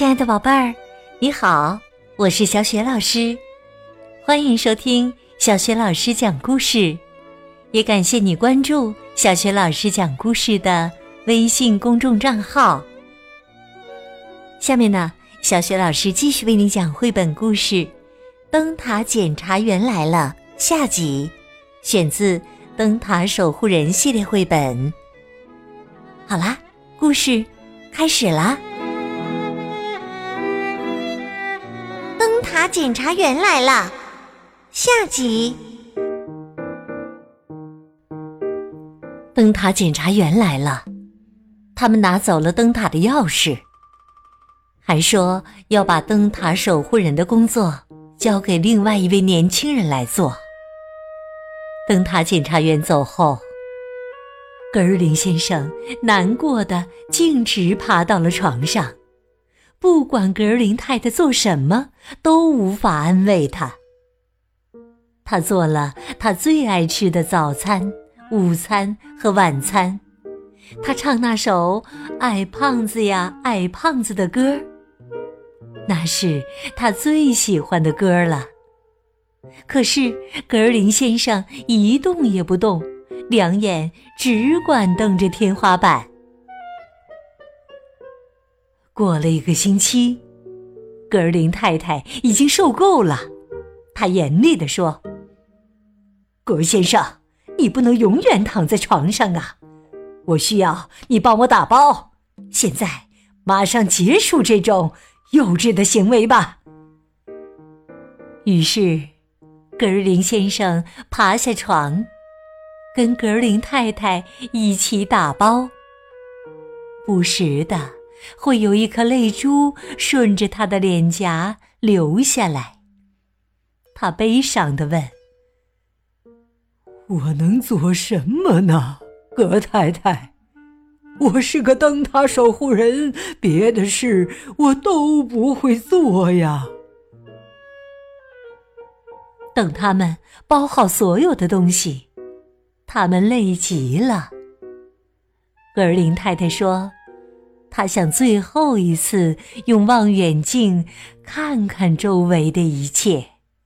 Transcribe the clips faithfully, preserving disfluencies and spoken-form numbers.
亲爱的宝贝儿，你好，我是小雪老师，欢迎收听小雪老师讲故事，也感谢你关注小雪老师讲故事的微信公众账号。下面呢，小雪老师继续为你讲绘本故事《灯塔检查员来了》下集，选自《灯塔守护人》系列绘本。好啦，故事开始啦。灯塔检查员来了，下集。灯塔检查员来了，他们拿走了灯塔的钥匙，还说要把灯塔守护人的工作交给另外一位年轻人来做。灯塔检查员走后，格尔林先生难过的径直爬到了床上，不管格尔林太太做什么，都无法安慰他。他做了他最爱吃的早餐、午餐和晚餐，他唱那首爱胖子呀爱胖子的歌，那是他最喜欢的歌了。可是格尔林先生一动也不动，两眼只管瞪着天花板。过了一个星期，格尔林太太已经受够了，她严厉地说：格先生，你不能永远躺在床上啊，我需要你帮我打包，现在马上结束这种幼稚的行为吧。于是格尔林先生爬下床，跟格尔林太太一起打包，不时的会有一颗泪珠顺着他的脸颊流下来。他悲伤地问： 我能做什么呢，格太太？我是个灯塔守护人，别的事我都不会做呀。 等他们包好所有的东西，他们累极了。格尔林太太说，她想最后一次用望远镜看看周围的一切。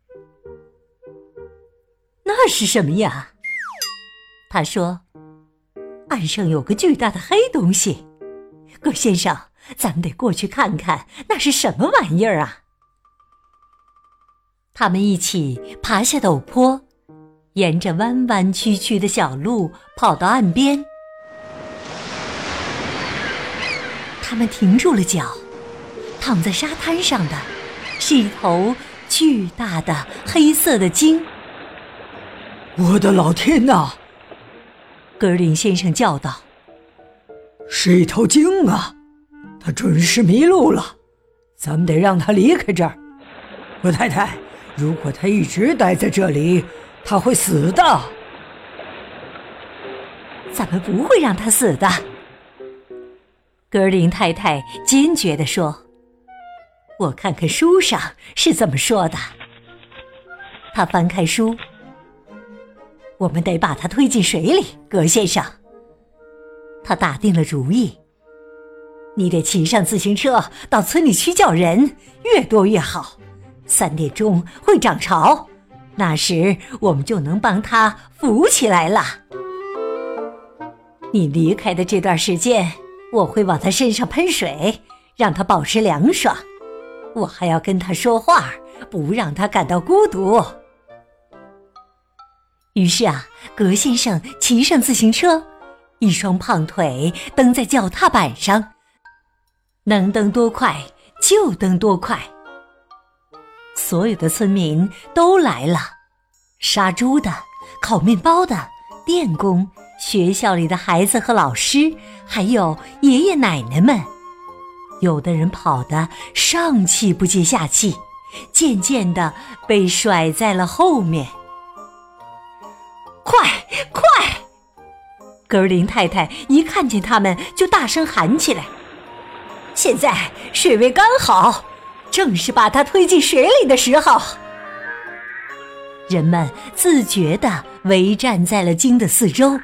那是什么呀？她说，岸上有个巨大的黑东西。葛先生，咱们得过去看看，那是什么玩意儿啊？他们一起爬下陡坡，沿着弯弯曲曲的小路跑到岸边。他们停住了脚，躺在沙滩上的是一头巨大的黑色的鲸。 我的老天哪！ 格尔林先生叫道， 是一头鲸啊，它准是迷路了，咱们得让它离开这儿。葛太太，如果它一直待在这里，它会死的。 咱们不会让它死的，格尔林太太坚决地说，我看看书上是怎么说的。他翻开书，我们得把它推进水里，葛先生。他打定了主意，你得骑上自行车到村里去叫人，越多越好。三点钟会涨潮，那时我们就能帮它浮起来了。你离开的这段时间，我会往它身上喷水，让它保持凉爽。我还要跟它说话，不让它感到孤独。于是啊，葛先生骑上自行车，一双胖腿蹬在脚踏板上，能蹬多快就蹬多快。所有的村民都来了，杀猪的、烤面包的、电工、学校里的孩子和老师，还有爷爷奶奶们。有的人跑得上气不接下气，渐渐地被甩在了后面。快快！格尔林太太一看见他们就大声喊起来，现在水位刚好，正是把它推进水里的时候。人们自觉地围站在了鲸的四周。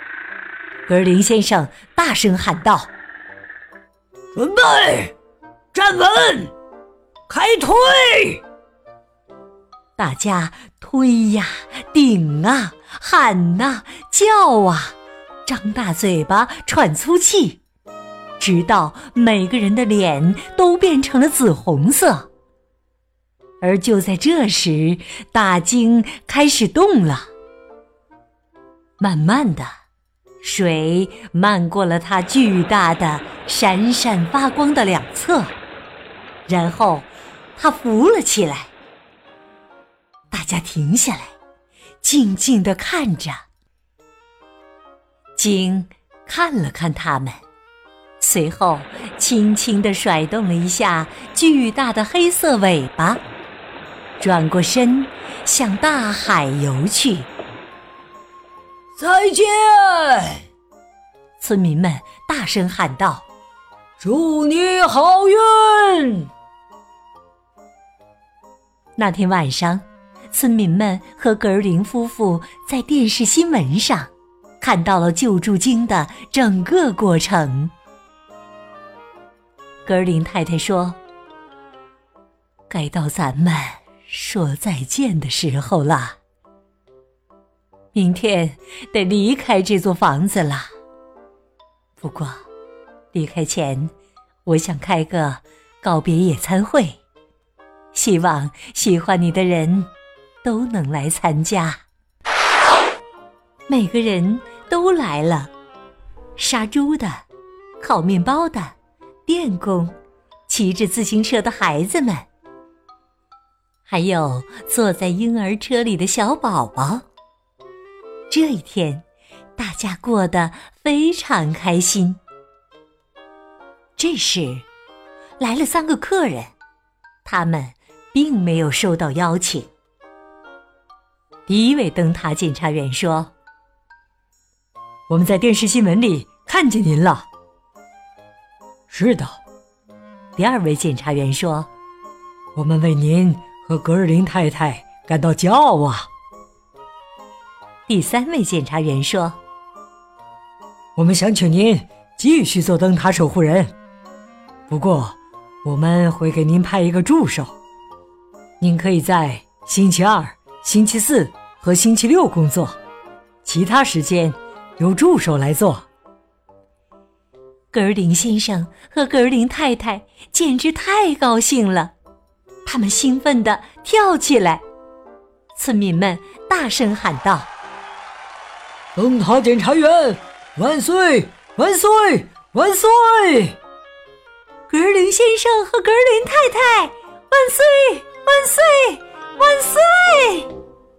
格尔林先生大声喊道： 准备， 站稳，开推！ 大家推呀、顶啊、喊呐、叫啊，张大嘴巴喘粗气，直到每个人的脸都变成了紫红色。而就在这时，大鲸开始动了。慢慢的，水漫过了它巨大的、闪闪发光的两侧，然后它浮了起来。大家停下来，静静地看着。鲸看了看他们，随后轻轻地甩动了一下巨大的黑色尾巴，转过身向大海游去。 再见！ 村民们大声喊道： 祝你好运！ 那天晚上，村民们和格尔林夫妇在电视新闻上看到了救助鲸的整个过程。格尔林太太说：该到咱们说再见的时候了，明天得离开这座房子了。不过离开前，我想开个告别野餐会，希望喜欢你的人都能来参加。每个人都来了，杀猪的、烤面包的、电工、骑着自行车的孩子们，还有坐在婴儿车里的小宝宝。这一天，大家过得非常开心。这时，来了三个客人，他们并没有收到邀请。第一位灯塔检查员说：我们在电视新闻里看见您了。 是的。 第二位检查员说： 我们为您和格尔林太太感到骄傲啊。 第三位检查员说： 我们想请您继续做灯塔守护人，不过我们会给您派一个助手，您可以在星期二、星期四和星期六工作，其他时间由助手来做。 格尔林先生和格尔林太太简直太高兴了，他们兴奋地跳起来。村民们大声喊道： 灯塔检查员万岁万岁万岁！ 格尔林先生和格尔林太太万岁万岁万岁！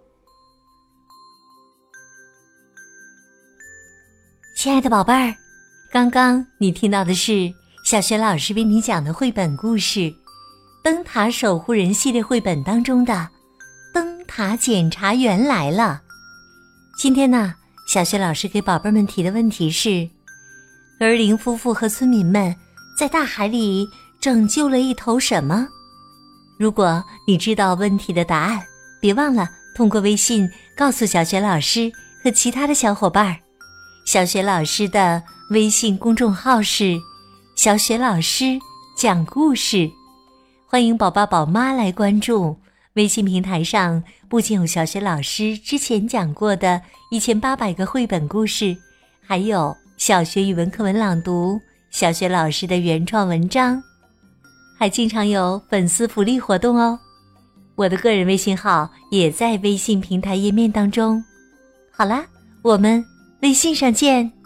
亲爱的宝贝儿，刚刚你听到的是小学老师为你讲的绘本故事《灯塔守护人》系列绘本当中的《灯塔检查员来了》。今天呢，小学老师给宝贝们提的问题是：格尔林夫妇和村民们在大海里拯救了一头什么？如果你知道问题的答案，别忘了通过微信告诉小学老师和其他的小伙伴。小学老师的微信公众号是小学老师讲故事，欢迎宝宝宝妈来关注。微信平台上不仅有小学老师之前讲过的一千八百个绘本故事，还有小学语文课文朗读、小学老师的原创文章，还经常有粉丝福利活动哦。我的个人微信号也在微信平台页面当中。好啦，我们微信上见。